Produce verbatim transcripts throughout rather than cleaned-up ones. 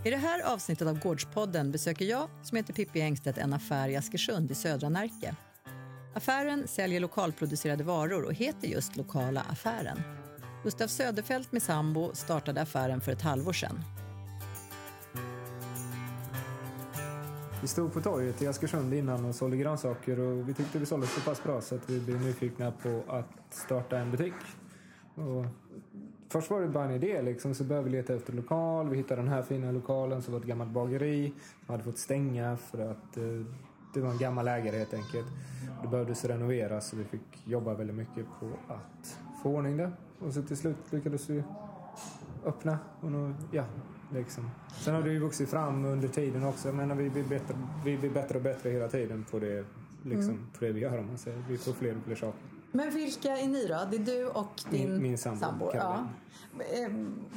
I det här avsnittet av Gårdspodden besöker jag, som heter Pippi Engstedt, en affär i Askersund i södra Närke. Affären säljer lokalproducerade varor och heter just Lokala affären. Gustav Söderfält med sambo startade affären för ett halvår sedan. Vi stod på torget i Askersund innan och sålde grönsaker och vi tyckte vi sålde så pass bra så att vi blev nyfikna på att starta en butik. Och först var det bara en idé liksom, så började vi leta efter lokal. Vi hittade den här fina lokalen som var ett gammalt bageri som hade fått stänga för att eh, det var en gammal ägare helt enkelt. Det behövdes renoveras så vi fick jobba väldigt mycket på att få ordning det. Och så till slut lyckades vi öppna och nu, ja, liksom. Sen har det ju vuxit fram under tiden också. Men vi blir bättre, vi blir bättre och bättre hela tiden på det, liksom, mm. på det vi gör. Om man säger. Vi får fler och fler saker. Men vilka är ni då? Det är du och din min, min sambo. sambo ja. eh,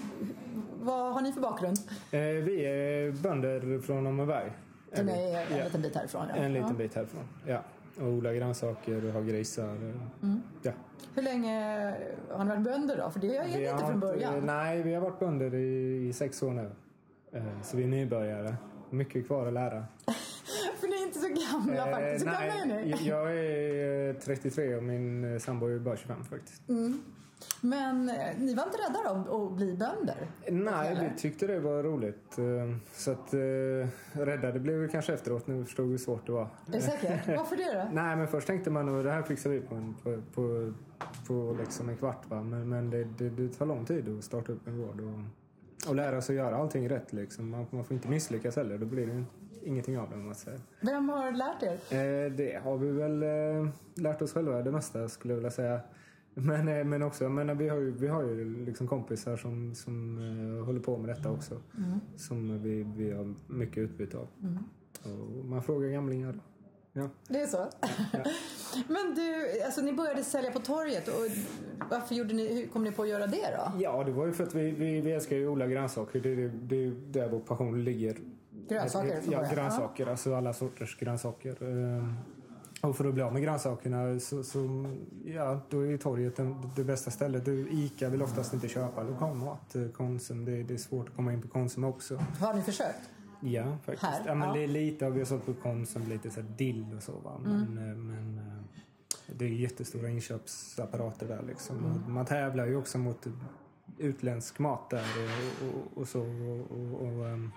vad har ni för bakgrund? Eh, vi är bönder från Åmmeberg. Som är en ja. liten bit härifrån. Ja. En liten ja. bit härifrån, ja. Och odlar grönsaker och har grisar. Mm. Ja. Hur länge har ni varit bönder då? För det är ni inte från början. Nej, vi har varit bönder i, i sex år nu. Så vi är nybörjare. Mycket kvar att lära. För ni är inte så gamla eh, faktiskt. Så nej, gamla är ni? Jag är trettiotre och min sambo är bara tjugofem faktiskt. Mm. Men ni var inte rädda då att bli bönder? Nej, vi tyckte det var roligt. Så att rädda det blev vi kanske efteråt när vi förstod hur svårt det var. Är du säker? Varför det då? Nej, men först tänkte man att det här fixar vi på en, på, på, på liksom en kvart. Va? Men, men det, det, det tar lång tid att starta upp en gård och, och lära sig att göra allting rätt. Liksom. Man, man får inte misslyckas heller, då blir det ingenting av det. Man säger. Vem har lärt er? Eh, det har vi väl eh, lärt oss själva det mesta skulle jag vilja säga. Men, men också, men vi har ju, vi har ju liksom kompisar som, som uh, håller på med detta också. Mm. Som vi, vi har mycket utbyte av. Mm. Och man frågar gamlingar. Ja. Det är så? Ja. Men du, alltså ni började sälja på torget. Och varför gjorde ni, hur kom ni på att göra det då? Ja, det var ju för att vi, vi, vi älskar ju odla grönsaker. Det är det, det är där vår passion ligger. Grönsaker? Ja, grönsaker. Ja. Alltså alla sorters grönsaker. Uh, Och för att bli av med grönsakerna så, så ja, då är ju torget det, det bästa stället. Du, Ica vill oftast inte köpa lokalmat. Konsum, det, det är svårt att komma in på Konsum också. Har ni försökt? Ja, faktiskt. Här? Ja, men ja. det är lite av vi har sålt på Konsum, lite så här dill och så va. Men, mm. men det är jättestora inköpsapparater där liksom. Mm. Man tävlar ju också mot utländsk mat där och, och, och så och, och, och um,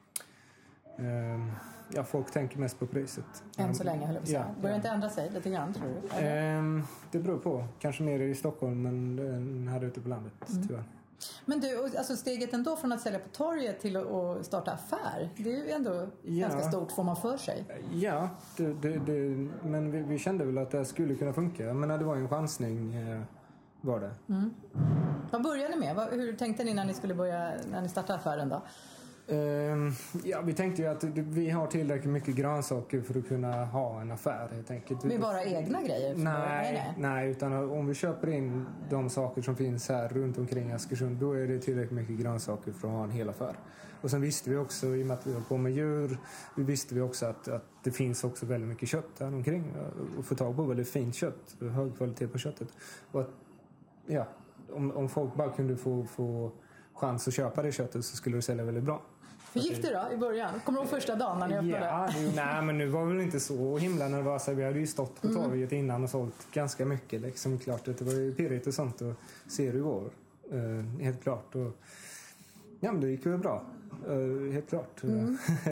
um, ja, folk tänker mest på priset. Än så länge, höll jag på att säga. Börjar inte ändra sig lite grann, tror du? Um, det beror på. Kanske mer i Stockholm, men här ute på landet, mm. tyvärr. Men du, alltså steget ändå från att sälja på torget till att starta affär, det är ju ändå ja. ganska stort, får man för sig. Ja, det, det, det, men vi, vi kände väl att det skulle kunna funka. Men det var en chansning, var det. Mm. Vad började ni med? Hur tänkte ni när ni skulle börja, när ni startade affären då? Uh, ja, vi tänkte ju att vi har tillräckligt mycket grönsaker för att kunna ha en affär helt enkelt. Med bara egna grejer? Nej, nej, nej, utan om vi köper in de saker som finns här runt omkring Askersund, då är det tillräckligt mycket grönsaker för att ha en hel affär. Och sen visste vi också, i och med att vi har på med djur, vi visste vi också att, att det finns också väldigt mycket kött här omkring och få tag på väldigt fint kött, hög kvalitet på köttet. Och att, ja, om, om folk bara kunde få, få chans att köpa det köttet så skulle det sälja väldigt bra. Hur gick det då i början? Kommer du ihåg första dagen när ni öppnade? Ja, det, nej, men nu var vi väl inte så himla nervösa. Vi hade ju stått på torget mm. innan och sålt ganska mycket. Liksom. Klart att det var ju pirrigt och sånt och se hur det går. Uh, helt klart. Och, ja, men det gick ju bra. Uh, helt klart. Mm.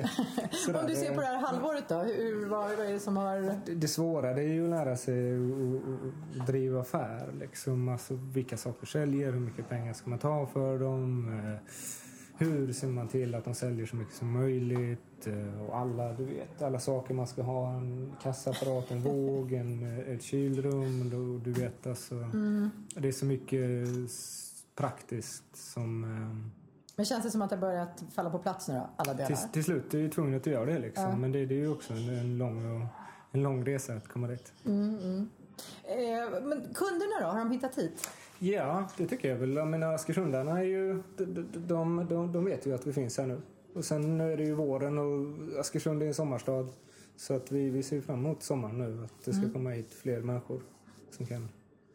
Om du ser på det här halvåret då, hur, vad, vad är det som har... Det, det svåra det är ju att lära sig att driva affär. Liksom. Alltså, vilka saker säljer, hur mycket pengar ska man ta för dem... Uh, Hur ser man till att de säljer så mycket som möjligt och alla, du vet, alla saker man ska ha, en kassaapparat, en våg, en, ett kylrum, du, du vet alltså. Mm. Det är så mycket praktiskt som... Men känns det som att det har börjat falla på plats nu då, alla delar? Till, till slut är ju tvungen att göra det liksom, ja. Men det, det är ju också en, en, lång, en lång resa att komma dit. Mm, mm. Eh, men kunderna då, har de hittat hit? Ja, det tycker jag väl. Jag menar, Askersundarna är ju, de, de, de, de vet ju att vi finns här nu. Och sen är det ju våren och Askersund är en sommarstad. Så att vi, vi ser fram emot sommaren nu. Att det ska mm. komma hit fler människor som kan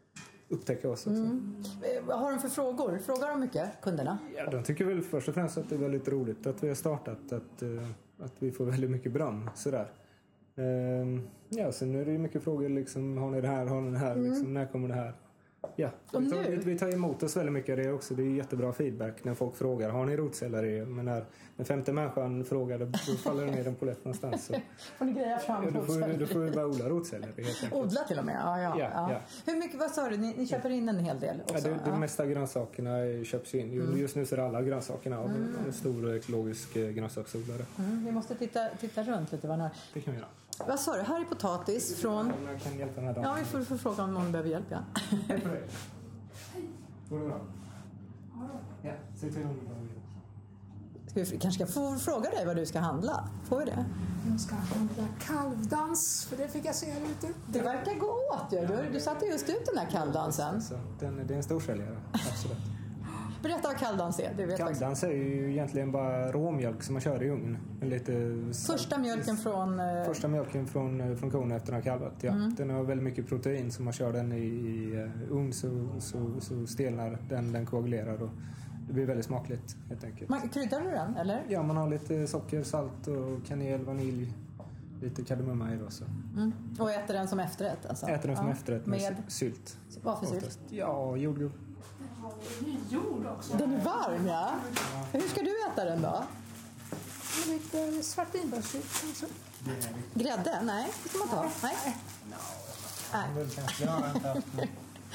upptäcka oss också. Mm. Vad har de för frågor? Frågar de mycket, kunderna? Ja, de tycker väl först och främst att det är väldigt roligt att vi har startat. Att, att vi får väldigt mycket beröm. Sådär. Ja, sen är det ju mycket frågor liksom, har ni det här, har ni det här, mm. liksom, när kommer det här? Ja, vi tar, vi, vi tar emot oss väldigt mycket av det också. Det är jättebra feedback när folk frågar, har ni rotselleri? Men när den femte människan frågar, då faller det ner den på lätt någonstans. Så. Får ni greja fram ja, då, får, då får vi bara odla rotselleri. Odla till och med, ja, ja, ja. ja, ja. Hur mycket, vad sa du, ni, ni köper in en hel del också? Ja, det, det ja. mesta grönsakerna köps in. Mm. Just nu så är alla grönsakerna av mm. en stor ekologisk grönsaksodlare. Mm. Vi måste titta, titta runt lite. Vad det kan vi göra. Vad sa du? Här är potatis från... Jag kan hjälpa den här dagen. Ja, vi får, får fråga om någon behöver hjälp, ja. Hej på dig. Går det bra? Ja, säg till om Ska vi kanske ska få fråga dig vad du ska handla? Får vi det? Jag ska handla kalvdans, för det fick jag se här ute. Det verkar gå åt, ja. Du, du satte just ut den här kalvdansen. Den, det är en stor säljare, absolut. Berätta vad kalvdans är. Det vet kalvdans är ju egentligen bara råmjölk som man kör i ugn. Lite första mjölken från... Första mjölken från, från kon efter den har kalvat. Ja. Mm. Den har väldigt mycket protein, så man kör den i, i ugn så, så, så stelnar den, den koagulerar och det blir väldigt smakligt helt enkelt. Man, kryddar du den, eller? Ja, man har lite socker, salt och kanel, vanilj. Lite kardemumma i då så. Mm. Och äter den som efterrätt alltså? Äter den som ja. efterrätt med, med sylt. Vad för sylt? Ja, jordgubb. Jord också. Den är varm, ja. ja. Hur ska du äta den då? Lite svartvinbärssylt kanske. Grädde? Nej, det ska man ta. Nej. Nej. Nej. Jag har inte haft något.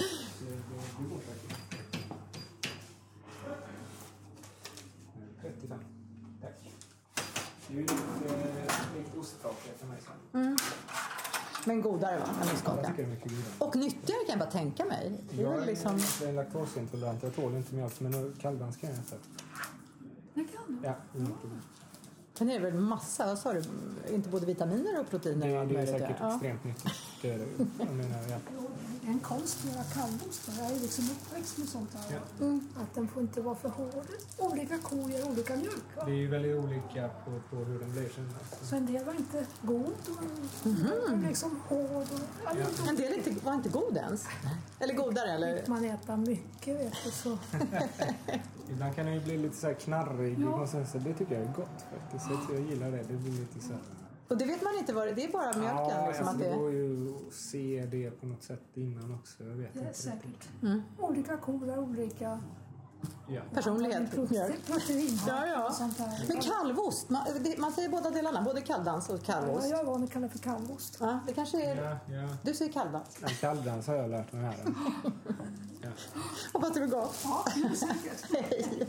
trettiofem. Tack. Det är ju lite, lite ostkaka för mig sen. Mm. Men godare va? Än jag tycker det är mycket godare. Och nyttigare kan jag bara tänka mig. Det är jag är liksom... är laktosintolerant. Jag tål inte mjölk, men kalvdans kan jag äta. Det kan du? Ja, inget problem. Sen är det väl massa, vad sa du? Inte både vitaminer och proteiner? Det, det är säkert ja. extremt nyttigt. Det är det. Jag menar, ja. Det är en konst att göra kalvost. Jag är liksom uppväxt med sånt här. Ja. Mm. Att den får inte vara för hård. Olika kor gör olika mjölk. Va? Det är ju väldigt olika på, på hur den blir sen. Alltså. Så en del var inte god och mm-hmm. liksom hård. Och, ja. Ja. En del inte, var inte god ens. Eller godare eller? Man äter mycket vet du så. Ibland kan det ju bli lite så här knarrig. Ja. Och sen så, det tycker jag är gott faktiskt. Så jag gillar det. Det blir lite så här. Och det vet man inte vad det är. Det är bara mjölken. Ja, liksom, alltså, att det det går ju att se det på något sätt innan också. Jag vet Det är inte säkert. Mm. Olika kor har olika ja. personlighet. Protein, protein ja, ja. sånt där. Men kalvost, man, det, man säger båda delarna. Både kalvdans och kalvost. Ja, jag var kallar för kalvost. Ja, det kanske är... Ja, ja. Du säger kalvdans. En kalvdans har jag lärt mig här. Ja. Hoppas det går gott. Ja, säkert. Hej.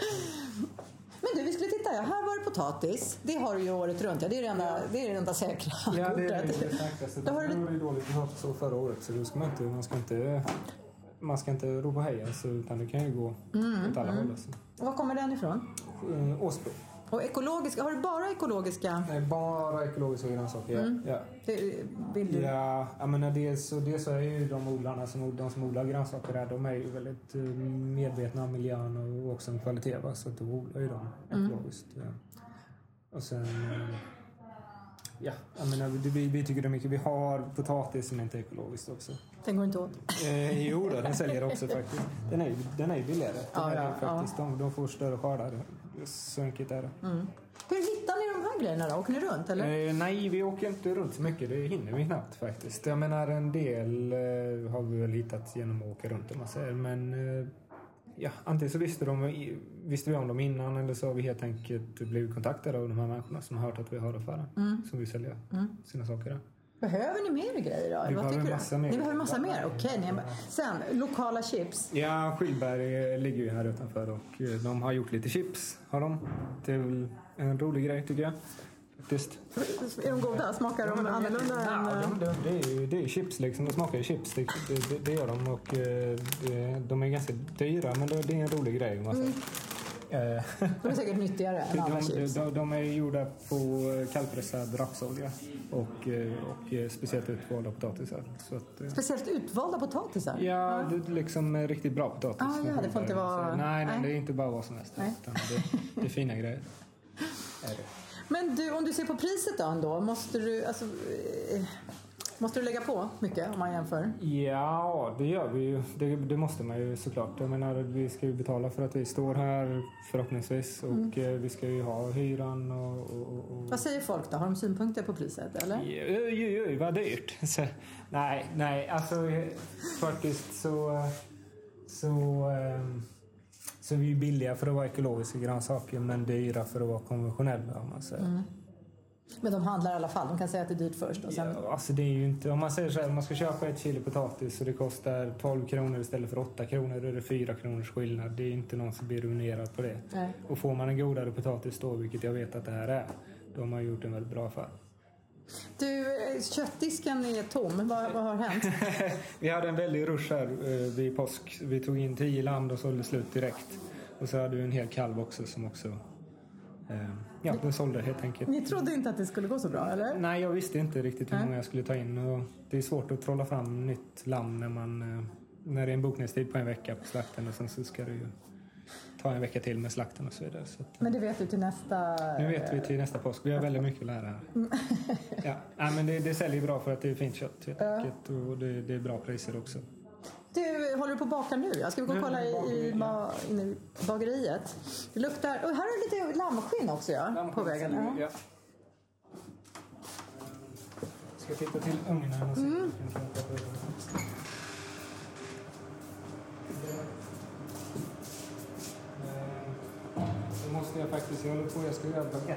Men du, vi skulle titta. Ja. Här var det potatis. Det har du ju året runt. Ja, det är det enda, det är det enda säkra Ja, det är det, kortet. det säkraste. Då har det var ju dåligt att ha så förra året. Så då ska man inte... Man ska inte man ska inte ropa hej alltså, utan det kan ju gå mm, åt alla mm. håll. Alltså. Var kommer den ifrån? Uh, Åsbro. Och ekologiska, har du bara ekologiska? Nej, bara ekologiska grönsaker, mm. ja. Det vill du? Ja, jag menar dels så, dels så är ju de odlarna som, de som odlar grönsaker där, de är ju väldigt uh, medvetna om miljön och också om kvalitet, va? Så att då odlar ju de ekologiskt. Mm. Ja. Och sen... Uh, ja, jag menar, vi, vi tycker det är mycket. Vi har potatis som inte är ekologiskt också. Den går inte åt? Eh, jo då, den säljer också faktiskt. Den är ju den är billigare. Den ja, är ja, faktiskt. Ja. De, de får större skördar. Så enkelt är det. Mm. Hur hittar ni de här grejerna då? Åker ni runt eller? Eh, nej, vi åker inte runt så mycket. Det hinner vi knappt faktiskt. Jag menar en del eh, har vi väl hittat genom att åka runt om man säger. Men eh, ja, antingen så visste, de, visste vi om dem innan eller så har vi helt enkelt blivit kontaktade av de här människorna som har hört att vi har affären. Mm. Som vi säljer mm. sina saker där. Behöver ni mer grejer då? Vi Vad behöver tycker massa du? mer. Ni behöver massa mer? Okej. Okay. Sen, lokala chips. Ja, Skillberg ligger ju här utanför och de har gjort lite chips. Har de. Det är väl en rolig grej tycker jag. Faktiskt. Är de goda? Smakar de ja, annorlunda än... Ja, de, de, det, är ju, det är chips liksom. De smakar ju chips. Det, det, det gör de och det, de är ganska dyra men det, det är en rolig grej om man säger. Mm. De är säkert nyttigare än andra de, chips. De, de är gjorda på kallpressad rapsolja och, och speciellt utvalda potatisar. Så att, speciellt utvalda potatisar? Ja, det är liksom riktigt bra potatis. Ah, ja, det får inte vara... Så, nej, nej, det är inte bara vad som helst. Utan det, det är fina grejer. Är det. Men du, om du ser på priset då ändå, måste du... Alltså, Måste du lägga på mycket om man jämför? Ja, det gör vi ju. Det, det måste man ju såklart. Jag menar, vi ska ju betala för att vi står här förhoppningsvis. Och mm. vi ska ju ha hyran och, och, och... Vad säger folk då? Har de synpunkter på priset, eller? Jo, jo, jo, vad dyrt. Så, nej, nej, alltså faktiskt så... Så, um, så vi är billiga för att vara ekologiska grönsaker, men dyra för att vara konventionella, om man säger. Mm. Men de handlar i alla fall. De kan säga att det är dyrt först. Och sen... ja, alltså det är ju inte... Om man säger så här, om man ska köpa ett kilo potatis och det kostar tolv kronor istället för åtta kronor, då är det fyra kronors skillnad. Det är inte någon som blir ruinerad på det. Nej. Och får man en godare potatis då, vilket jag vet att det här är, då har man gjort en väldigt bra affär. Du, köttdisken är tom. Vad, vad har hänt? Vi hade en väldig rush här eh, vid påsk. Vi tog in tio land och sålde slut direkt. Och så hade vi en hel kalv också som också... Eh, ja, den sålde helt enkelt. Ni trodde inte att det skulle gå så bra, eller? Nej, jag visste inte riktigt hur många jag skulle ta in. Och det är svårt att trolla fram nytt lamm när, man, eh, när det är en bokningstid på en vecka på slakten. Och sen så ska det ju ta en vecka till med slakten och så vidare. Så att, men det vet du till nästa... Nu vet vi till nästa påsk. Vi har väldigt mycket att lära här. ja. ja, men det, det säljer bra för att det är fint kött helt enkelt. Och det, det är bra priser också. Du, håller du på att baka nu? Jag ska vi gå och kolla i, i, ba, inne i bageriet. Det luktar... Och här är lite lammskinn också, ja. Lammskinn, på vägen. Ja. Ja. Ska titta till ugnen och se. Mm. Så måste jag faktiskt... Jag håller på, jag ska göra baguette.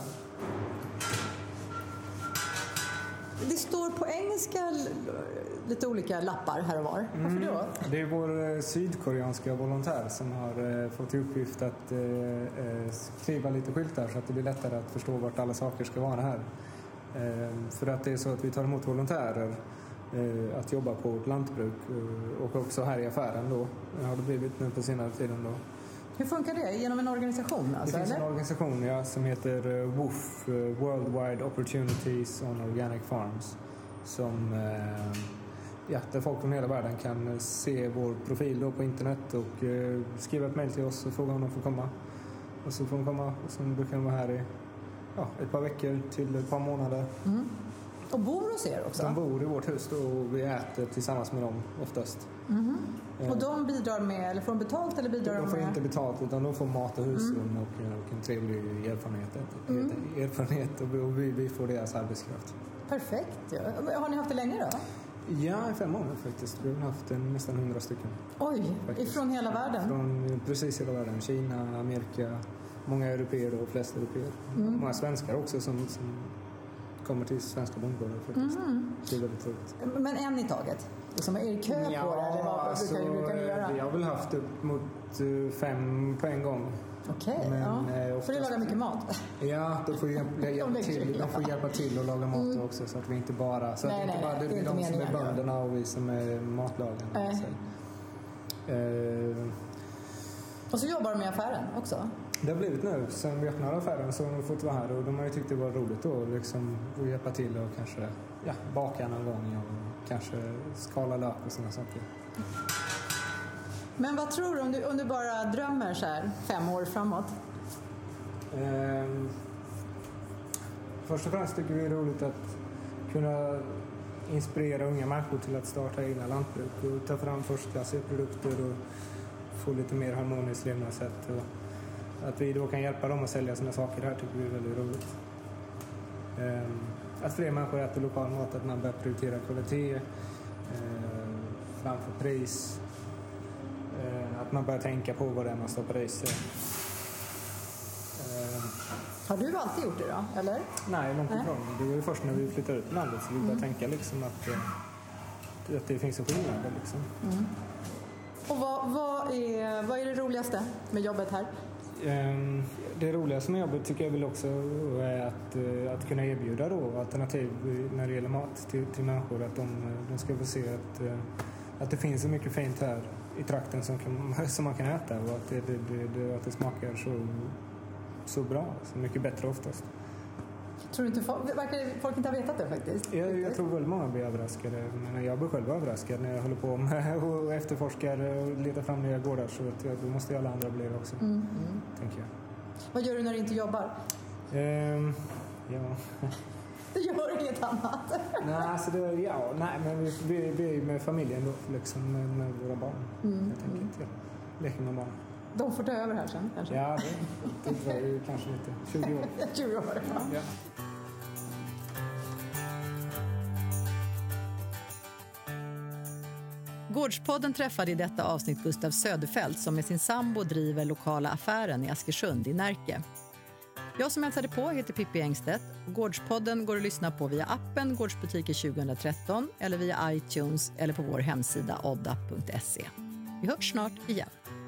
Det står på engelska lite olika lappar här och var. Varför mm. då? Det är vår sydkoreanska volontär som har fått i uppgift att eh, skriva lite skyltar så att det blir lättare att förstå vart alla saker ska vara här. Eh, för att det är så att vi tar emot volontärer eh, att jobba på ett lantbruk eh, och också här i affären då. Det har det blivit nu på senare tiden då. Hur funkar det? Genom en organisation? Alltså, det finns eller? en organisation ja, som heter uh, W O F, uh, Worldwide Opportunities on Organic Farms. Som, uh, ja, där folk från hela världen kan se vår profil då på internet och uh, skriva ett mejl till oss och fråga om de får komma. Och så får de komma och sen brukar de vara här i ja, ett par veckor till ett par månader. Mm. Och bor hos er också? De bor i vårt hus då och vi äter tillsammans med dem oftast. Mm. Och de bidrar med, eller får de betalt eller bidrar de, de med? får inte betalt utan de får mat och husrum mm. och, och en trevlig erfarenhet. Mm. erfarenhet och vi, vi får deras arbetskraft. Perfekt. Ja. Har ni haft det länge då? Ja, i fem månader faktiskt. Vi har haft en, nästan hundra stycken. Oj, faktiskt. Ifrån hela världen? Från precis hela världen. Kina, Amerika, många europeer och flest europeer. Mm. Många svenskar också som, som kommer till svenska bondgårdar faktiskt. Mm. Det är väldigt roligt. Men en i taget? Liksom, är det kö ja, på det? Eller vad alltså, brukar, brukar ni göra? Vi har väl haft upp mot fem på en gång. Okej, okay, ja. Oftast... Får du laga mycket mat? Ja, då får hjälpa, hjälpa till, de får hjälpa till att laga mat mm. också så att vi inte bara... Så nej, att nej, inte bara det, det är inte de som är bönderna och vi som är matlagarna. Äh. Uh... Och så jobbar de med affären också? Det har blivit nu. Sen vi öppnade affären så har de fått vara här och de har ju tyckt det var roligt då liksom att hjälpa till och kanske ja, baka någon gång och kanske skala lök och sådana saker. Men vad tror du om du, om du bara drömmer så här fem år framåt? Um, först och främst tycker vi det är roligt att kunna inspirera unga människor till att starta egna lantbruk och ta fram förstklassiga produkter och få lite mer harmoniskt levnadssätt. Och att vi då kan hjälpa dem att sälja sina saker här tycker vi är väldigt roligt. Um, att fler människor äter lokal mat, att man börjar prioritera kvalitet um, framför pris. Uh, att man börjar tänka på vad det är man stoppar i sig. Uh, Har du alltid gjort det då, eller? Nej, långt ifrån. Det var ju först när vi flyttade ut i landet så vi började mm. tänka liksom att, uh, att det finns en skillnad. Liksom. Mm. Och vad, vad, är, vad är det roligaste med jobbet här? Det roligaste med jobbet tycker jag väl också är att, att kunna erbjuda då alternativ när det gäller mat till, till människor. Att de, de ska få se att, att det finns så mycket fint här i trakten som, kan, som man kan äta och att det, det, det, att det smakar så, så bra, så mycket bättre oftast. Tror du inte folk, verkar folk inte ha vetat det faktiskt? Jag, jag tror väldigt många blir överraskade. Men jag blir själv överraskad när jag håller på med och efterforskar och letar fram nya gårdar. Så att jag, då måste ju alla andra bli det också, mm. Mm. tänker jag. Vad gör du när du inte jobbar? Um, ja. Det gör inget annat. Nej, alltså det, ja, nej, men vi, vi, vi är med familjen då, liksom med, med våra barn. Mm. Jag tänker inte leka med barn. De får ta över här sen kanske? Ja, det, det var ju kanske lite. tjugo år. tjugo år, ja. Ja. Gårdspodden träffade i detta avsnitt Gustav Söderfelt som med sin sambo driver lokala affären i Askersund i Närke. Jag som hälsade på heter Pippi Engstedt. Gårdspodden går att lyssna på via appen Gårdsbutiker tjugohundratretton eller via iTunes eller på vår hemsida odda punkt se. Vi hörs snart igen.